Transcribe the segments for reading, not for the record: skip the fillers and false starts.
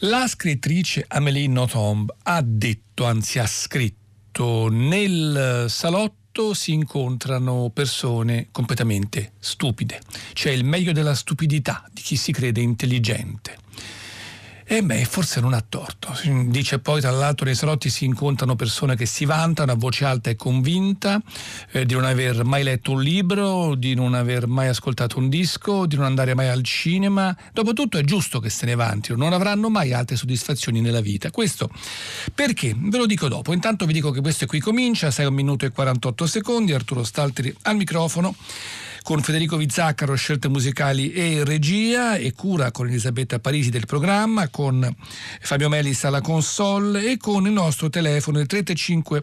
La scrittrice Amélie Nothomb ha detto, anzi ha scritto: nel salotto si incontrano persone completamente stupide. C'è il meglio della stupidità di chi si crede intelligente. E forse non ha torto. Dice poi, tra l'altro, nei salotti si incontrano persone che si vantano a voce alta e convinta di non aver mai letto un libro, di non aver mai ascoltato un disco, di non andare mai al cinema. Dopotutto è giusto che se ne vantino, non avranno mai altre soddisfazioni nella vita. Questo perché? Ve lo dico dopo. Intanto vi dico che questo è Qui Comincia, 6 minuti e 48 secondi, Arturo Stalteri al microfono, con Federico Vizzaccaro, scelte musicali e regia, e cura con Elisabetta Parisi del programma, con Fabio Melis alla console e con il nostro telefono il 335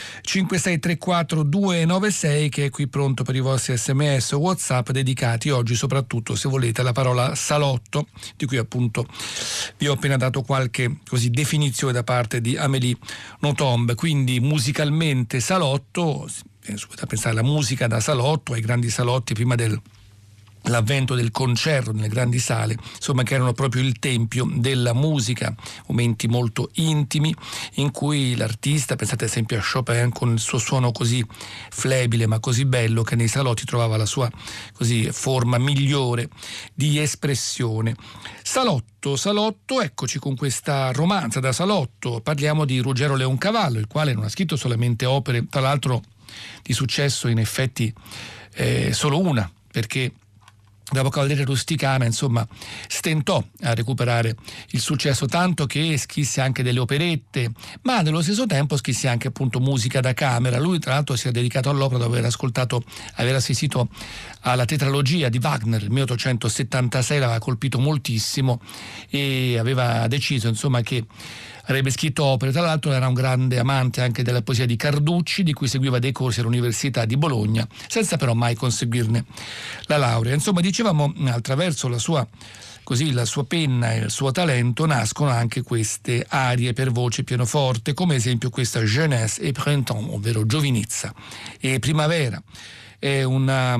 5634 296, che è qui pronto per i vostri sms o WhatsApp, dedicati oggi soprattutto, se volete, alla parola salotto, di cui appunto vi ho appena dato qualche definizione da parte di Amélie Nothomb. Quindi musicalmente salotto, da pensare alla musica da salotto, ai grandi salotti prima dell'avvento del concerto nelle grandi sale, insomma, che erano proprio il tempio della musica, momenti molto intimi in cui l'artista, pensate ad esempio a Chopin con il suo suono così flebile ma così bello, che nei salotti trovava la sua forma migliore di espressione. Salotto, eccoci con questa romanza da salotto. Parliamo di Ruggero Leoncavallo, il quale non ha scritto solamente opere, tra l'altro di successo in effetti solo una, perché dopo Cavaliere Rusticana, insomma, stentò a recuperare il successo, tanto che scrisse anche delle operette, ma nello stesso tempo scrisse anche appunto musica da camera. Lui tra l'altro si è dedicato all'opera dopo aver assistito alla tetralogia di Wagner, il 1876, l'aveva colpito moltissimo e aveva deciso, insomma, che avrebbe scritto opere. Tra l'altro era un grande amante anche della poesia di Carducci, di cui seguiva dei corsi all'Università di Bologna, senza però mai conseguirne la laurea. Insomma, dicevamo, attraverso la sua penna e il suo talento nascono anche queste arie per voce e pianoforte, come esempio questa Jeunesse et Printemps, ovvero giovinezza e primavera. È una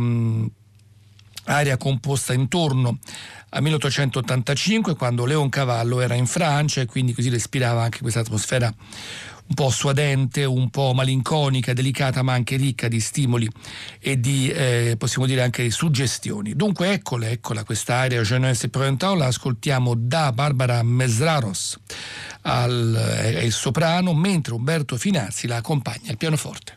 aria composta intorno a 1885, quando Leoncavallo era in Francia, e quindi così respirava anche questa atmosfera un po' suadente, un po' malinconica, delicata, ma anche ricca di stimoli e di, possiamo dire, anche di suggestioni. Dunque eccola questa aria Jeunesse et Printemps, la ascoltiamo da Barbara Mesraros è il soprano, mentre Umberto Finazzi la accompagna al pianoforte.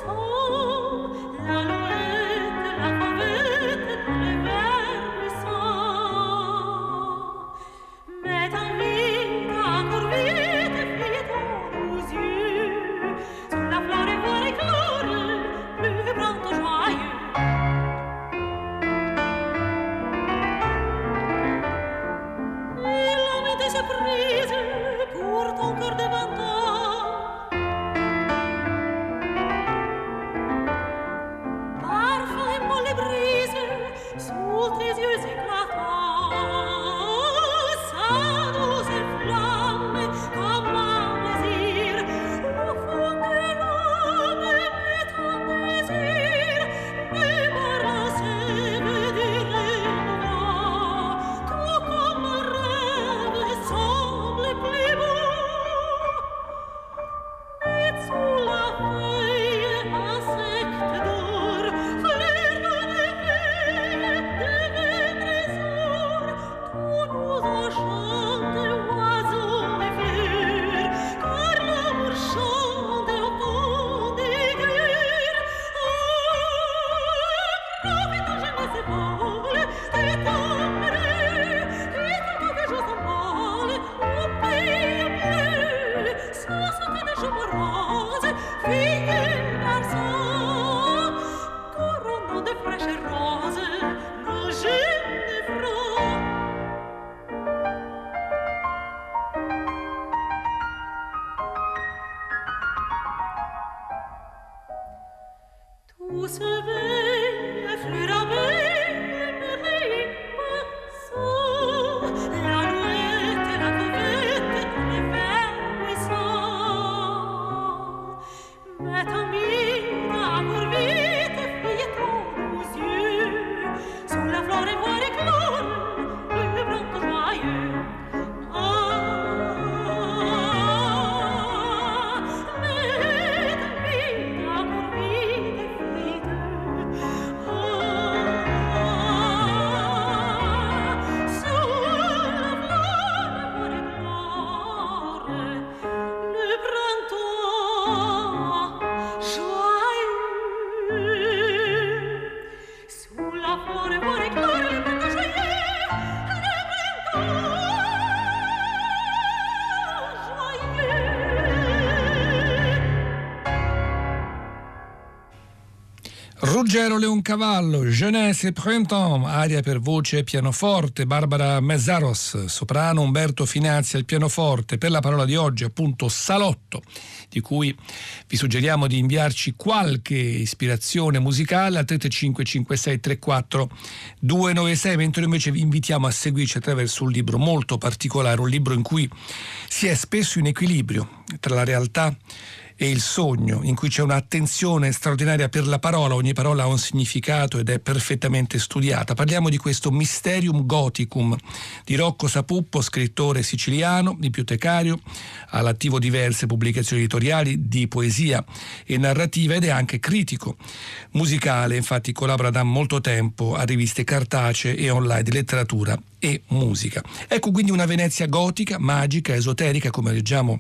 La noël, la favette, les verres, le sang. Ruggero Leoncavallo, Jeunesse et Printemps, aria per voce e pianoforte, Barbara Mezzaros, soprano, Umberto Finazzi al pianoforte. Per la parola di oggi, appunto, Salotto, di cui vi suggeriamo di inviarci qualche ispirazione musicale al 335 5634 296, mentre invece vi invitiamo a seguirci attraverso un libro molto particolare, un libro in cui si è spesso in equilibrio tra la realtà e il sogno, in cui c'è un'attenzione straordinaria per la parola, ogni parola ha un significato ed è perfettamente studiata. Parliamo di questo Mysterium Gothicum di Rocco Sapuppo, scrittore siciliano, bibliotecario, ha all'attivo diverse pubblicazioni editoriali di poesia e narrativa ed è anche critico musicale, infatti collabora da molto tempo a riviste cartacee e online di letteratura e musica. Ecco quindi una Venezia gotica, magica, esoterica, come leggiamo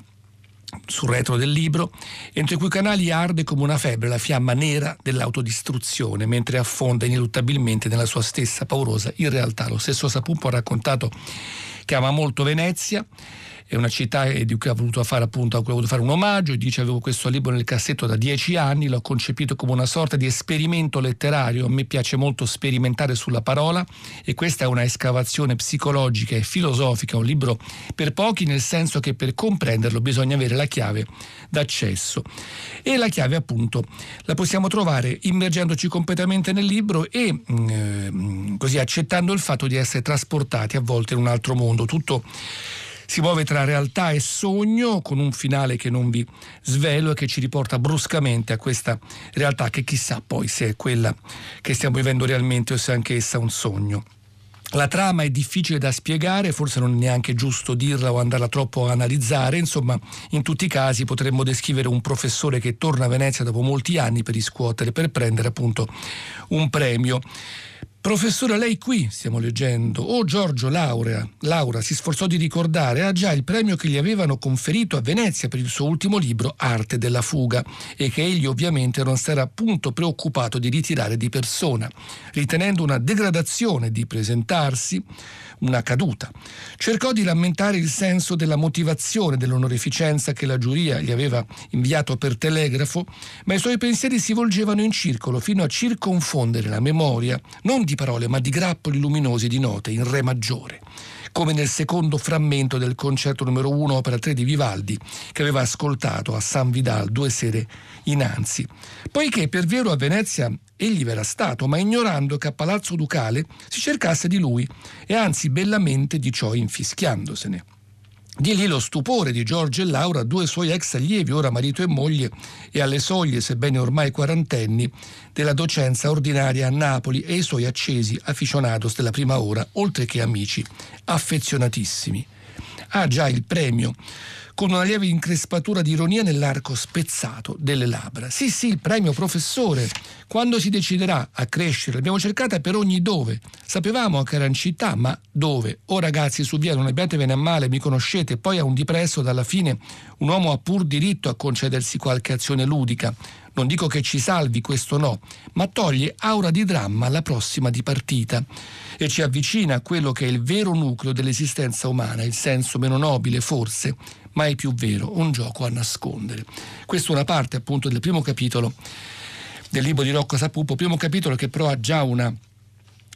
sul retro del libro, entro i cui canali arde come una febbre la fiamma nera dell'autodistruzione, mentre affonda ineluttabilmente nella sua stessa paurosa irrealtà. Lo stesso Sapuppo ha raccontato che ama molto Venezia, è una città di cui ha voluto fare appunto, a cui ha voluto fare un omaggio, e dice: avevo questo libro nel cassetto da 10 anni, l'ho concepito come una sorta di esperimento letterario, a me piace molto sperimentare sulla parola e questa è una escavazione psicologica e filosofica, un libro per pochi, nel senso che per comprenderlo bisogna avere la chiave d'accesso, e la chiave appunto la possiamo trovare immergendoci completamente nel libro e così accettando il fatto di essere trasportati a volte in un altro mondo. Tutto si muove tra realtà e sogno, con un finale che non vi svelo e che ci riporta bruscamente a questa realtà che chissà poi se è quella che stiamo vivendo realmente o se è anche essa un sogno. La trama è difficile da spiegare, forse non è neanche giusto dirla o andarla troppo a analizzare, insomma in tutti i casi potremmo descrivere un professore che torna a Venezia dopo molti anni per riscuotere, per prendere appunto un premio. Professore, lei qui, stiamo leggendo. Oh Giorgio, Laura si sforzò di ricordare, ha già il premio che gli avevano conferito a Venezia per il suo ultimo libro Arte della fuga, e che egli ovviamente non si era appunto preoccupato di ritirare di persona, ritenendo una degradazione di presentarsi, una caduta. Cercò di rammentare il senso della motivazione dell'onorificenza che la giuria gli aveva inviato per telegrafo, ma i suoi pensieri si volgevano in circolo fino a circonfondere la memoria non di parole ma di grappoli luminosi di note in re maggiore, come nel secondo frammento del concerto numero 1 opera 3 di Vivaldi che aveva ascoltato a San Vidal 2 sere innanzi, poiché per vero a Venezia egli v'era stato, ma ignorando che a Palazzo Ducale si cercasse di lui e anzi bellamente di ciò infischiandosene. Di lì lo stupore di Giorgio e Laura, due suoi ex allievi, ora marito e moglie, e alle soglie, sebbene ormai quarantenni, della docenza ordinaria a Napoli, e i suoi accesi aficionados della prima ora, oltre che amici affezionatissimi. Ha già il premio, con una lieve increspatura di ironia nell'arco spezzato delle labbra. Sì, il premio, professore. Quando si deciderà a crescere? L'abbiamo cercata per ogni dove. Sapevamo che era in città, ma dove? Oh ragazzi, su via, non abbiatevene a male, mi conoscete. Poi a un dipresso, dalla fine, un uomo ha pur diritto a concedersi qualche azione ludica. Non dico che ci salvi, questo no, ma toglie aura di dramma alla prossima dipartita e ci avvicina a quello che è il vero nucleo dell'esistenza umana, il senso meno nobile forse, ma è più vero, un gioco a nascondere. Questa è una parte appunto del primo capitolo del libro di Rocco Sapuppo, primo capitolo che però ha già una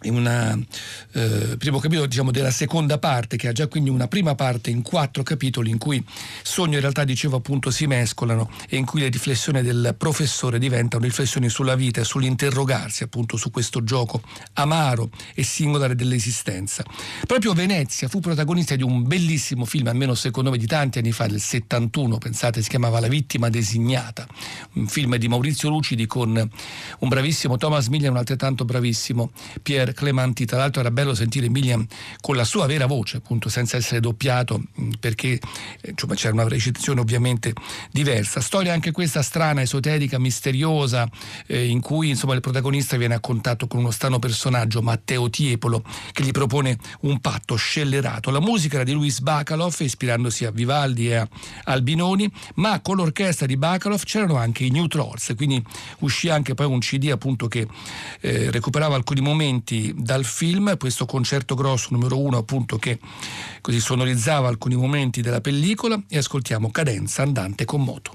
in una primo capitolo, diciamo, della seconda parte, che ha già quindi una prima parte in 4 capitoli in cui sogno e realtà, dicevo appunto, si mescolano, e in cui le riflessioni del professore diventano riflessioni sulla vita e sull'interrogarsi appunto su questo gioco amaro e singolare dell'esistenza. Proprio Venezia fu protagonista di un bellissimo film, almeno secondo me di tanti anni fa, del 71, pensate, si chiamava La vittima designata, un film di Maurizio Lucidi con un bravissimo Thomas Millian e un altrettanto bravissimo Pierre Clementi. Tra l'altro era bello sentire Millian con la sua vera voce, appunto, senza essere doppiato, perché insomma c'era una recitazione ovviamente diversa. Storia anche questa strana, esoterica, misteriosa, in cui insomma il protagonista viene a contatto con uno strano personaggio, Matteo Tiepolo, che gli propone un patto scellerato. La musica era di Luis Bacalov, ispirandosi a Vivaldi e a Albinoni, ma con l'orchestra di Bacalov c'erano anche i New Trolls, quindi uscì anche poi un CD appunto che recuperava alcuni momenti dal film, questo concerto grosso numero 1 appunto, che così sonorizzava alcuni momenti della pellicola, e ascoltiamo Cadenza andante con moto.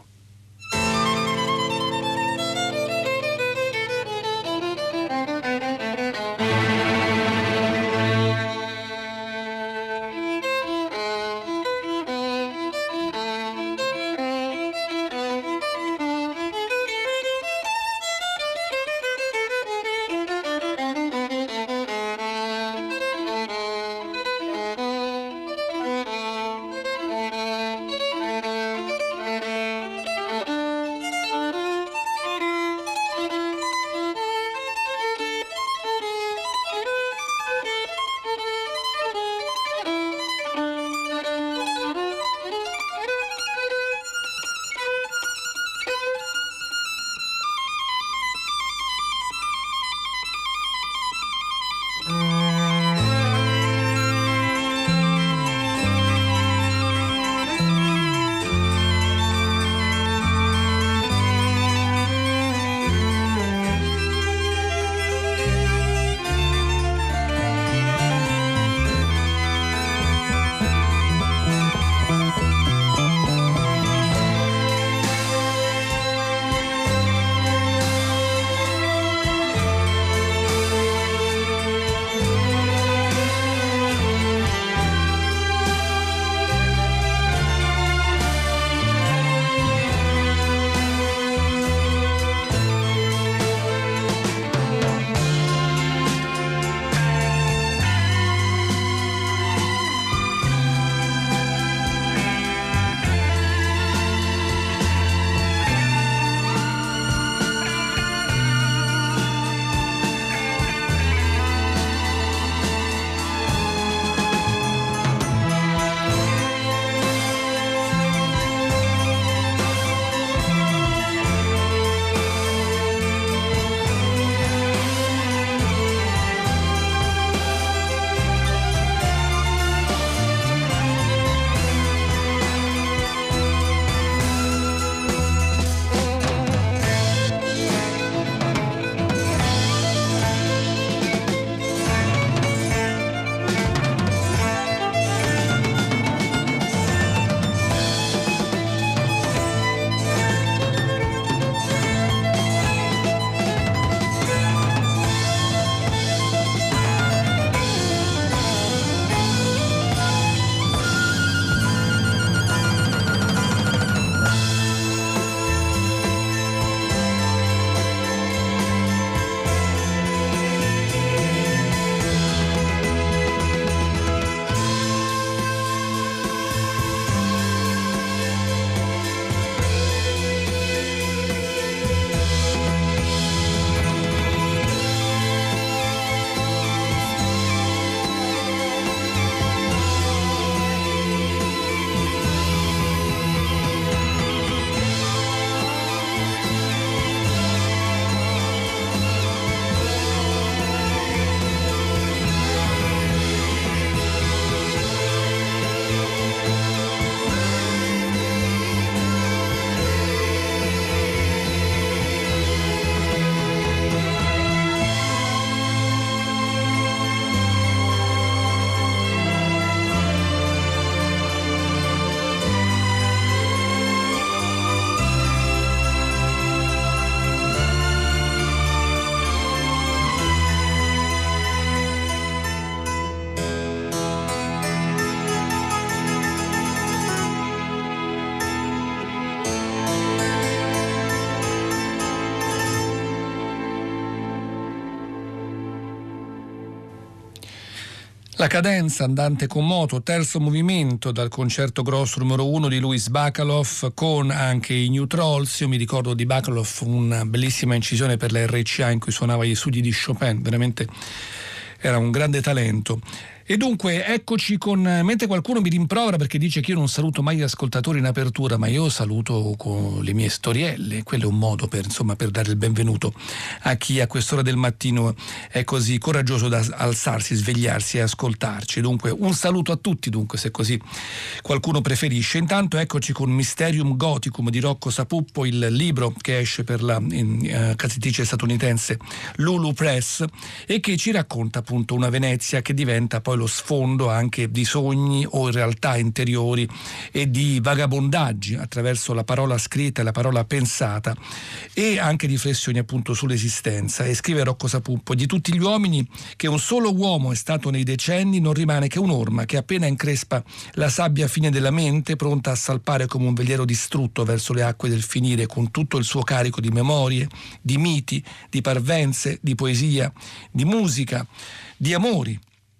La cadenza andante con moto, terzo movimento dal concerto grosso numero 1 di Luis Bacalov, con anche i New Trolls. Io mi ricordo di Bacalov una bellissima incisione per la RCA in cui suonava gli studi di Chopin, veramente era un grande talento. E dunque eccoci mentre qualcuno mi rimprovera perché dice che io non saluto mai gli ascoltatori in apertura, ma io saluto con le mie storielle. Quello è un modo per dare il benvenuto a chi a quest'ora del mattino è così coraggioso da alzarsi, svegliarsi e ascoltarci. Dunque un saluto a tutti, dunque, se così qualcuno preferisce. Intanto eccoci con Mysterium Gothicum di Rocco Sapuppo, il libro che esce per la cassettice statunitense Lulu Press e che ci racconta appunto una Venezia che diventa poi lo sfondo anche di sogni o realtà interiori e di vagabondaggi attraverso la parola scritta e la parola pensata, e anche riflessioni appunto sull'esistenza. E scrive Rocco Sapuppo: di tutti gli uomini che un solo uomo è stato nei decenni non rimane che un'orma che appena increspa la sabbia fine della mente, pronta a salpare come un veliero distrutto verso le acque del finire, con tutto il suo carico di memorie, di miti, di parvenze, di poesia, di musica, di amori,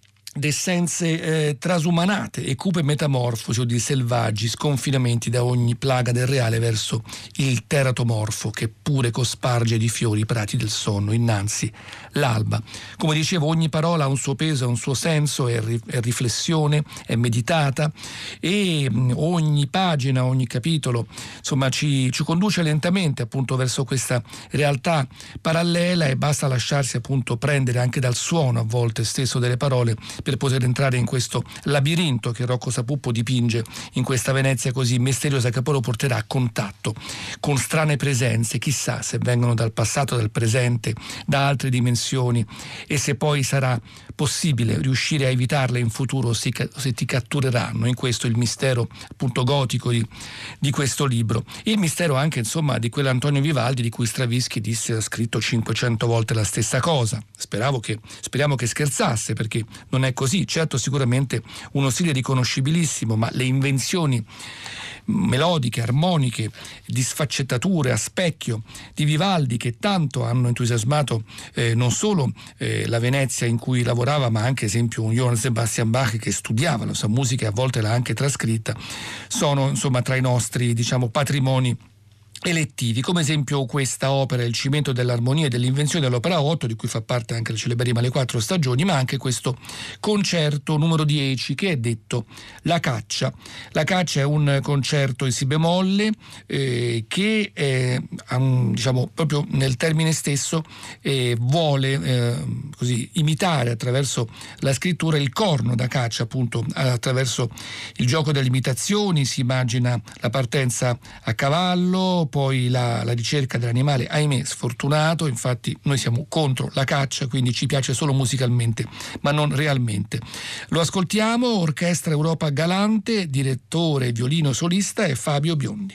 d'essenze trasumanate e cupe metamorfosi o di selvaggi sconfinamenti da ogni plaga del reale verso il teratomorfo che pure cosparge di fiori i prati del sonno innanzi l'alba. Come dicevo, ogni parola ha un suo peso, ha un suo senso, è riflessione, è meditata, e ogni pagina, ogni capitolo insomma ci conduce lentamente appunto verso questa realtà parallela, e basta lasciarsi appunto prendere anche dal suono a volte stesso delle parole per poter entrare in questo labirinto che Rocco Sapuppo dipinge in questa Venezia così misteriosa, che poi lo porterà a contatto con strane presenze, chissà se vengono dal passato, dal presente, da altre dimensioni, e se poi sarà possibile riuscire a evitarle in futuro, se ti cattureranno. In questo il mistero appunto gotico di questo libro, il mistero anche insomma di quell'Antonio Vivaldi di cui Stravinsky disse ha scritto 500 volte la stessa cosa. Speriamo che scherzasse, perché non è così. Certo, sicuramente uno stile riconoscibilissimo, ma le invenzioni melodiche, armoniche, di sfaccettature a specchio di Vivaldi, che tanto hanno entusiasmato non solo la Venezia in cui lavorava, ma anche esempio un Johann Sebastian Bach che studiava la sua musica e a volte l'ha anche trascritta, sono insomma tra i nostri patrimoni elettivi, come esempio questa opera Il cimento dell'armonia e dell'invenzione dell'opera 8, di cui fa parte anche la celeberrima Le Quattro Stagioni, ma anche questo concerto numero 10 che è detto La Caccia. La Caccia è un concerto in si bemolle che proprio nel termine stesso vuole così imitare attraverso la scrittura il corno da caccia, appunto attraverso il gioco delle imitazioni. Si immagina la partenza a cavallo, poi la ricerca dell'animale, ahimè sfortunato. Infatti noi siamo contro la caccia, quindi ci piace solo musicalmente ma non realmente. Lo ascoltiamo, Orchestra Europa Galante, direttore violino solista è Fabio Biondi.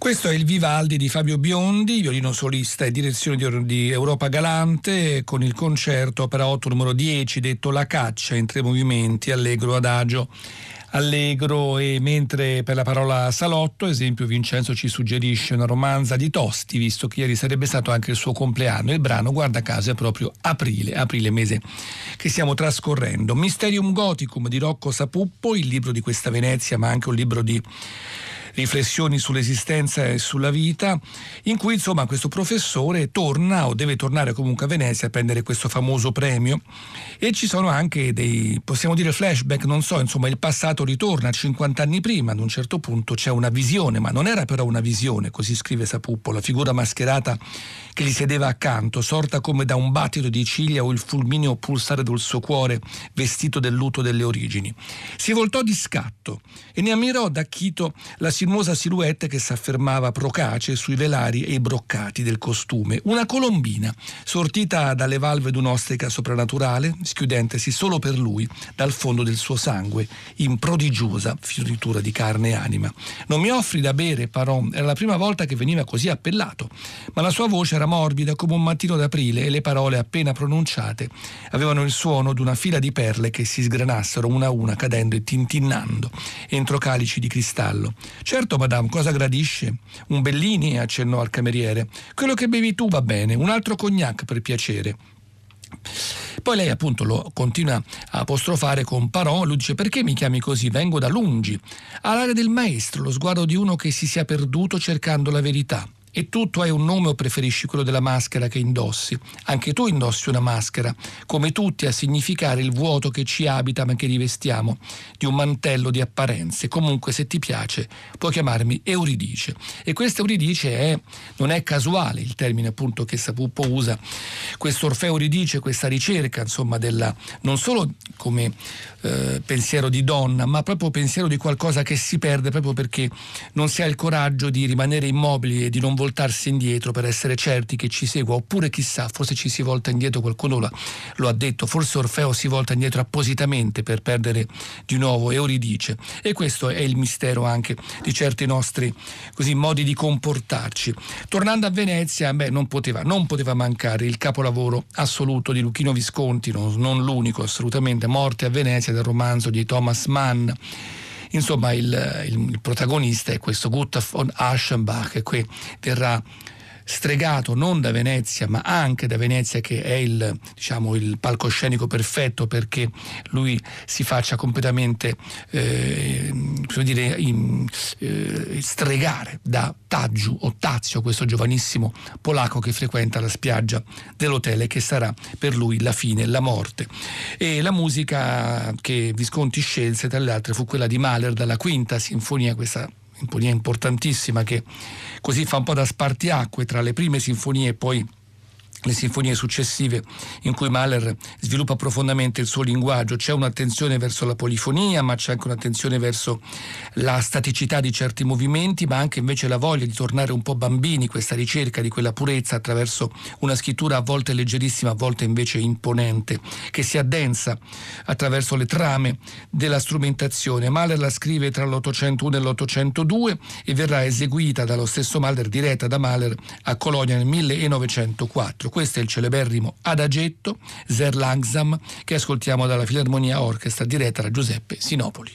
Questo è il Vivaldi di Fabio Biondi, violino solista e direzione di Europa Galante, con il concerto opera 8 numero 10, detto La caccia in 3 movimenti, allegro adagio. Allegro. E mentre per la parola salotto, esempio, Vincenzo ci suggerisce una romanza di Tosti, visto che ieri sarebbe stato anche il suo compleanno. Il brano, guarda caso, è proprio aprile mese che stiamo trascorrendo. Mysterium Gothicum di Rocco Sapuppo, il libro di questa Venezia, ma anche un libro di riflessioni sull'esistenza e sulla vita, in cui insomma questo professore torna o deve tornare comunque a Venezia a prendere questo famoso premio, e ci sono anche dei, possiamo dire, flashback, non so, insomma il passato ritorna 50 anni prima. Ad un certo punto c'è una visione, ma non era però una visione, così scrive Sapuppo, la figura mascherata che gli sedeva accanto, sorta come da un battito di ciglia o il fulmineo pulsare del suo cuore, vestito del lutto delle origini. Si voltò di scatto e ne ammirò da chito la sinuosa silhouette che s'affermava procace sui velari e i broccati del costume, una colombina sortita dalle valve d'un'ostrica soprannaturale, schiudentesi solo per lui dal fondo del suo sangue in prodigiosa fioritura di carne e anima. Non mi offri da bere, parò, era la prima volta che veniva così appellato, ma la sua voce era morbida come un mattino d'aprile e le parole appena pronunciate avevano il suono d'una fila di perle che si sgranassero una a una cadendo e tintinnando entro calici di cristallo. Certo, madame, cosa gradisce? Un Bellini, accennò al cameriere. Quello che bevi tu va bene, un altro cognac per piacere. Poi lei appunto lo continua a apostrofare con Parò. Lui dice: perché mi chiami così? Vengo da lungi. Ha l'aria del maestro, lo sguardo di uno che si sia perduto cercando la verità. E tu hai un nome o preferisci quello della maschera che indossi? Anche tu indossi una maschera, come tutti, a significare il vuoto che ci abita ma che rivestiamo di un mantello di apparenze. Comunque, se ti piace, puoi chiamarmi Euridice. E questa Euridice non è casuale il termine appunto che Sapuppo usa. Questo Orfeo Euridice, questa ricerca insomma della, non solo come pensiero di donna, ma proprio pensiero di qualcosa che si perde proprio perché non si ha il coraggio di rimanere immobili e di non voltarsi indietro per essere certi che ci segua, oppure chissà, forse ci si volta indietro, qualcuno lo ha detto, forse Orfeo si volta indietro appositamente per perdere di nuovo Euridice. E questo è il mistero anche di certi nostri così modi di comportarci. Tornando a Venezia, non poteva mancare il capolavoro assoluto di Luchino Visconti, non l'unico assolutamente, Morte a Venezia, del romanzo di Thomas Mann. Insomma, il protagonista è questo Gustav von Aschenbach, che qui verrà stregato non da Venezia ma anche da Venezia, che è il palcoscenico perfetto perché lui si faccia completamente stregare da Tadzio o Tazio, questo giovanissimo polacco che frequenta la spiaggia dell'hotel e che sarà per lui la fine, la morte. E la musica che Visconti scelse tra le altre fu quella di Mahler dalla Quinta Sinfonia, questa sinfonia importantissima che così fa un po' da spartiacque tra le prime sinfonie e poi le sinfonie successive, in cui Mahler sviluppa profondamente il suo linguaggio. C'è un'attenzione verso la polifonia, ma c'è anche un'attenzione verso la staticità di certi movimenti, ma anche invece la voglia di tornare un po' bambini, questa ricerca di quella purezza attraverso una scrittura a volte leggerissima, a volte invece imponente, che si addensa attraverso le trame della strumentazione. Mahler la scrive tra l'801 e l'802 e verrà eseguita dallo stesso Mahler, diretta da Mahler a Colonia nel 1904. Questo è il celeberrimo adagetto Sehr langsam che ascoltiamo dalla Filarmonia Orchestra diretta da Giuseppe Sinopoli.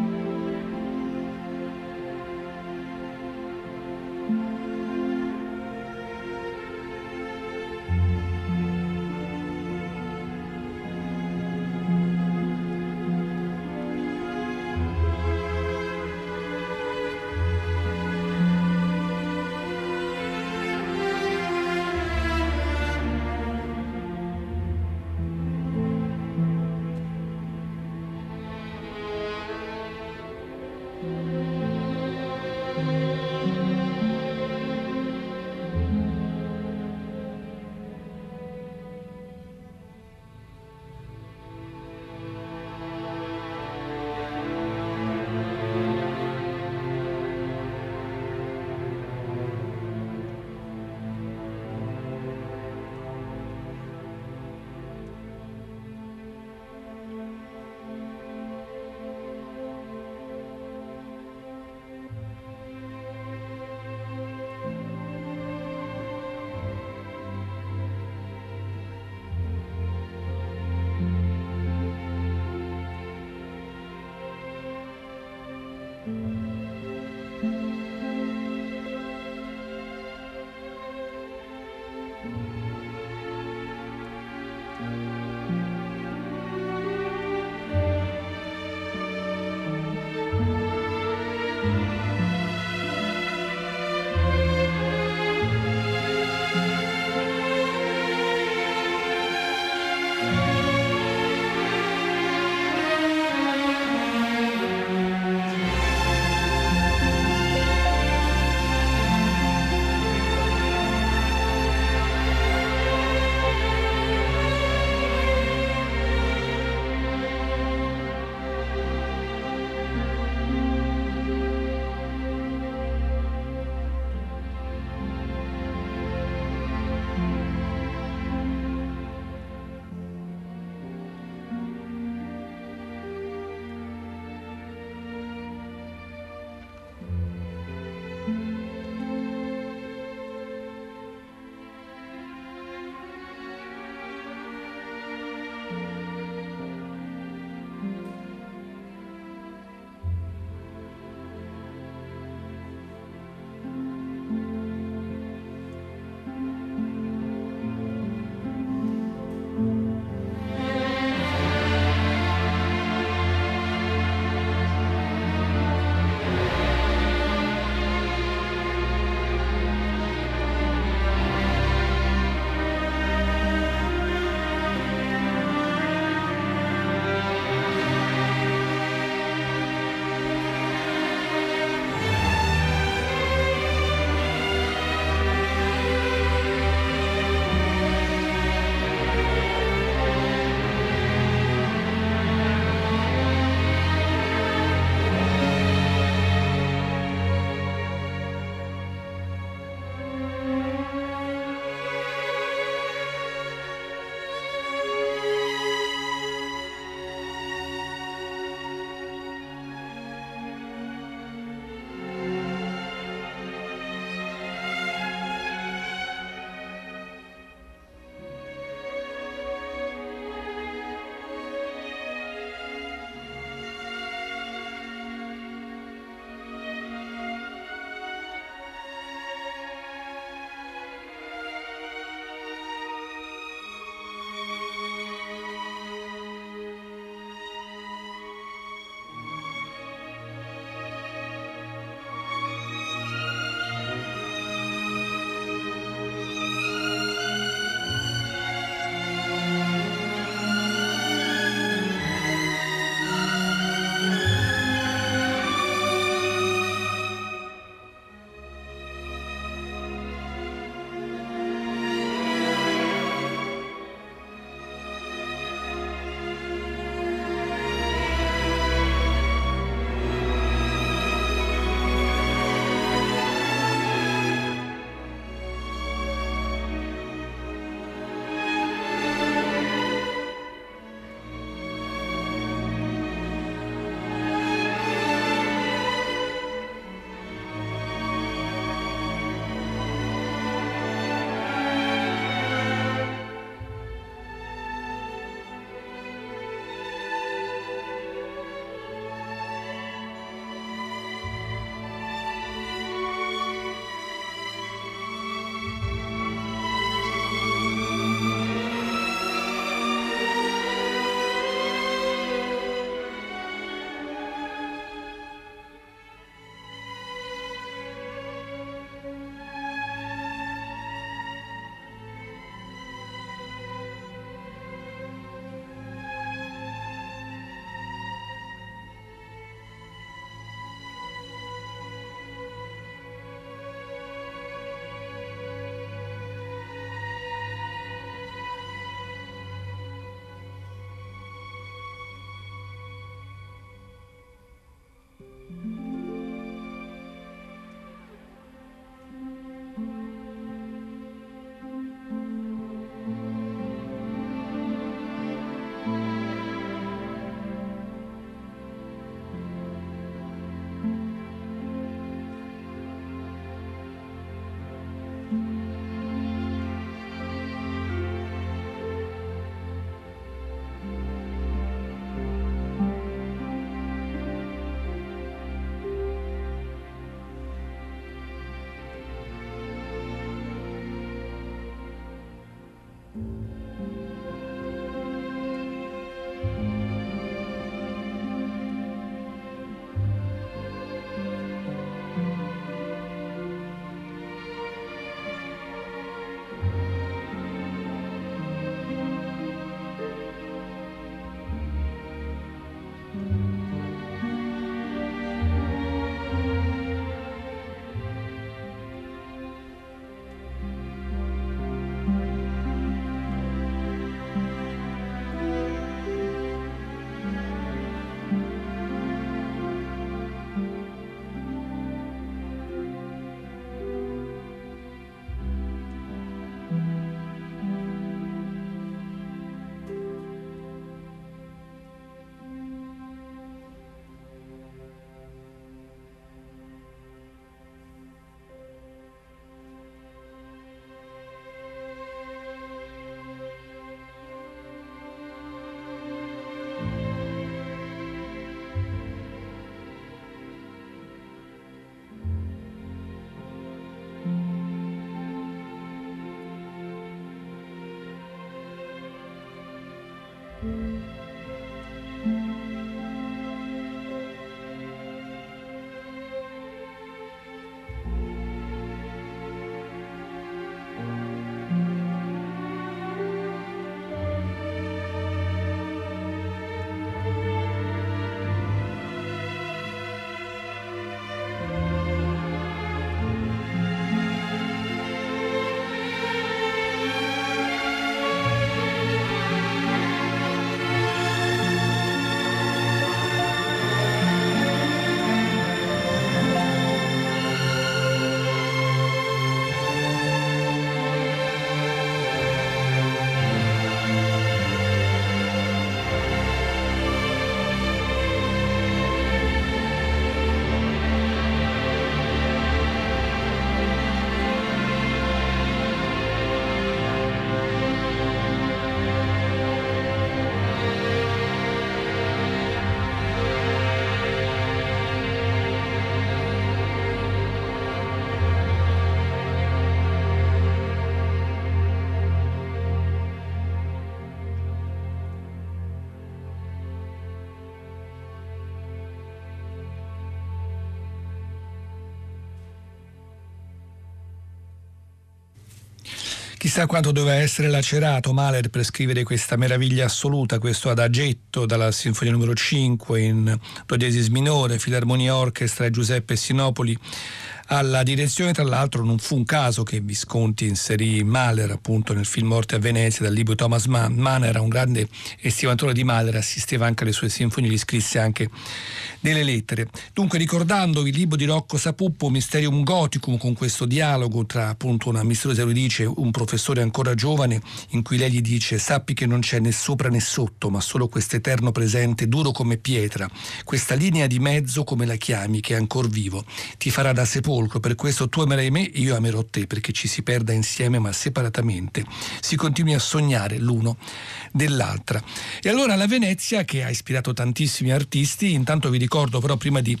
Chissà quanto doveva essere lacerato Mahler per scrivere questa meraviglia assoluta, questo adagetto dalla Sinfonia numero 5 in do diesis minore, Filarmonia Orchestra e Giuseppe Sinopoli alla direzione. Tra l'altro non fu un caso che Visconti inserì Mahler appunto nel film Morte a Venezia dal libro Thomas Mann. Mann era un grande estimatore di Mahler, assisteva anche alle sue sinfonie, gli scrisse anche delle lettere. Dunque, ricordandovi il libro di Rocco Sapuppo, Mysterium Gothicum, con questo dialogo tra appunto una misteriosa erudice e un professore ancora giovane, in cui lei gli dice: sappi che non c'è né sopra né sotto, ma solo questo eterno presente duro come pietra, questa linea di mezzo come la chiami, che è ancor vivo, ti farà da sepolcro. Per questo tu amerai me e io amerò te, perché ci si perda insieme ma separatamente, si continui a sognare l'uno dell'altra. E allora la Venezia, che ha ispirato tantissimi artisti. Intanto vi ricordo però, prima di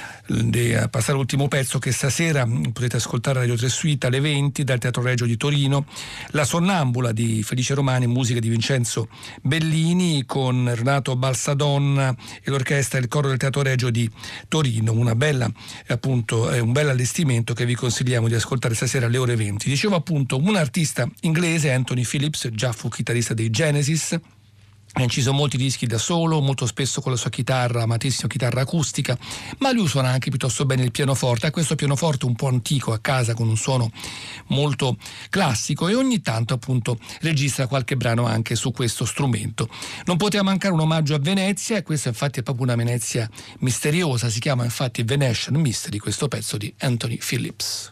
passare all'ultimo pezzo, che stasera potete ascoltare Radio 3 Suite alle 20 dal Teatro Regio di Torino, La Sonnambula di Felice Romani, musica di Vincenzo Bellini, con Renato Balsadonna e l'orchestra e il coro del Teatro Regio di Torino. Una bella, appunto, un bel allestimento che vi consigliamo di ascoltare stasera alle ore 20. Dicevo appunto, un artista inglese, Anthony Phillips, già fu chitarrista dei Genesis, Ha inciso molti dischi da solo, molto spesso con la sua chitarra, amatissima chitarra acustica, ma lui suona anche piuttosto bene il pianoforte. Ha questo pianoforte un po' antico a casa con un suono molto classico e ogni tanto appunto registra qualche brano anche su questo strumento. Non poteva mancare un omaggio a Venezia, e questa infatti è proprio una Venezia misteriosa, si chiama infatti Venetian Mystery, questo pezzo di Anthony Phillips.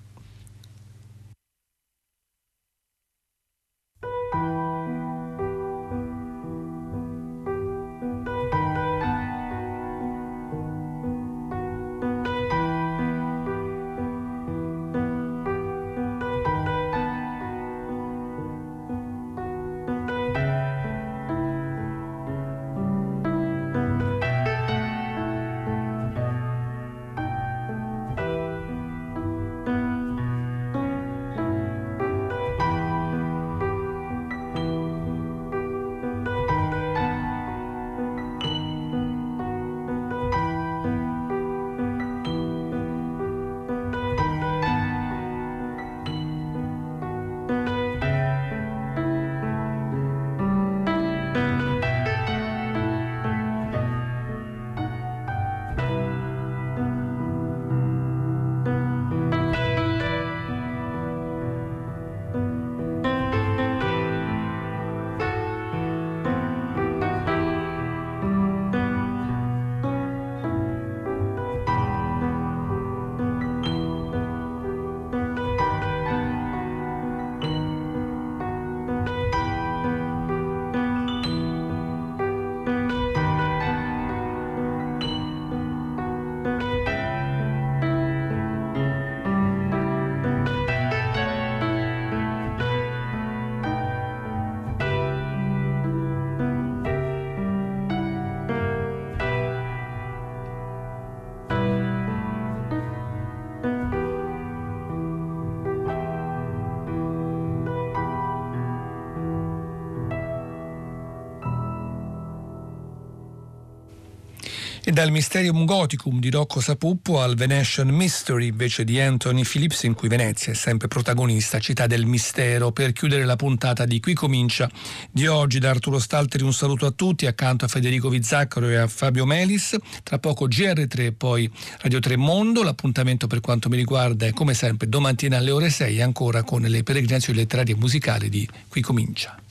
E dal Mysterium Goticum di Rocco Sapuppo al Venetian Mystery invece di Anthony Phillips, in cui Venezia è sempre protagonista, città del mistero. Per chiudere la puntata di Qui Comincia di oggi, da Arturo Stalteri un saluto a tutti, accanto a Federico Vizzaccaro e a Fabio Melis. Tra poco GR3, poi Radio 3 Mondo. L'appuntamento per quanto mi riguarda è come sempre domattina alle ore 6, ancora con le peregrinazioni letterarie e musicali di Qui Comincia.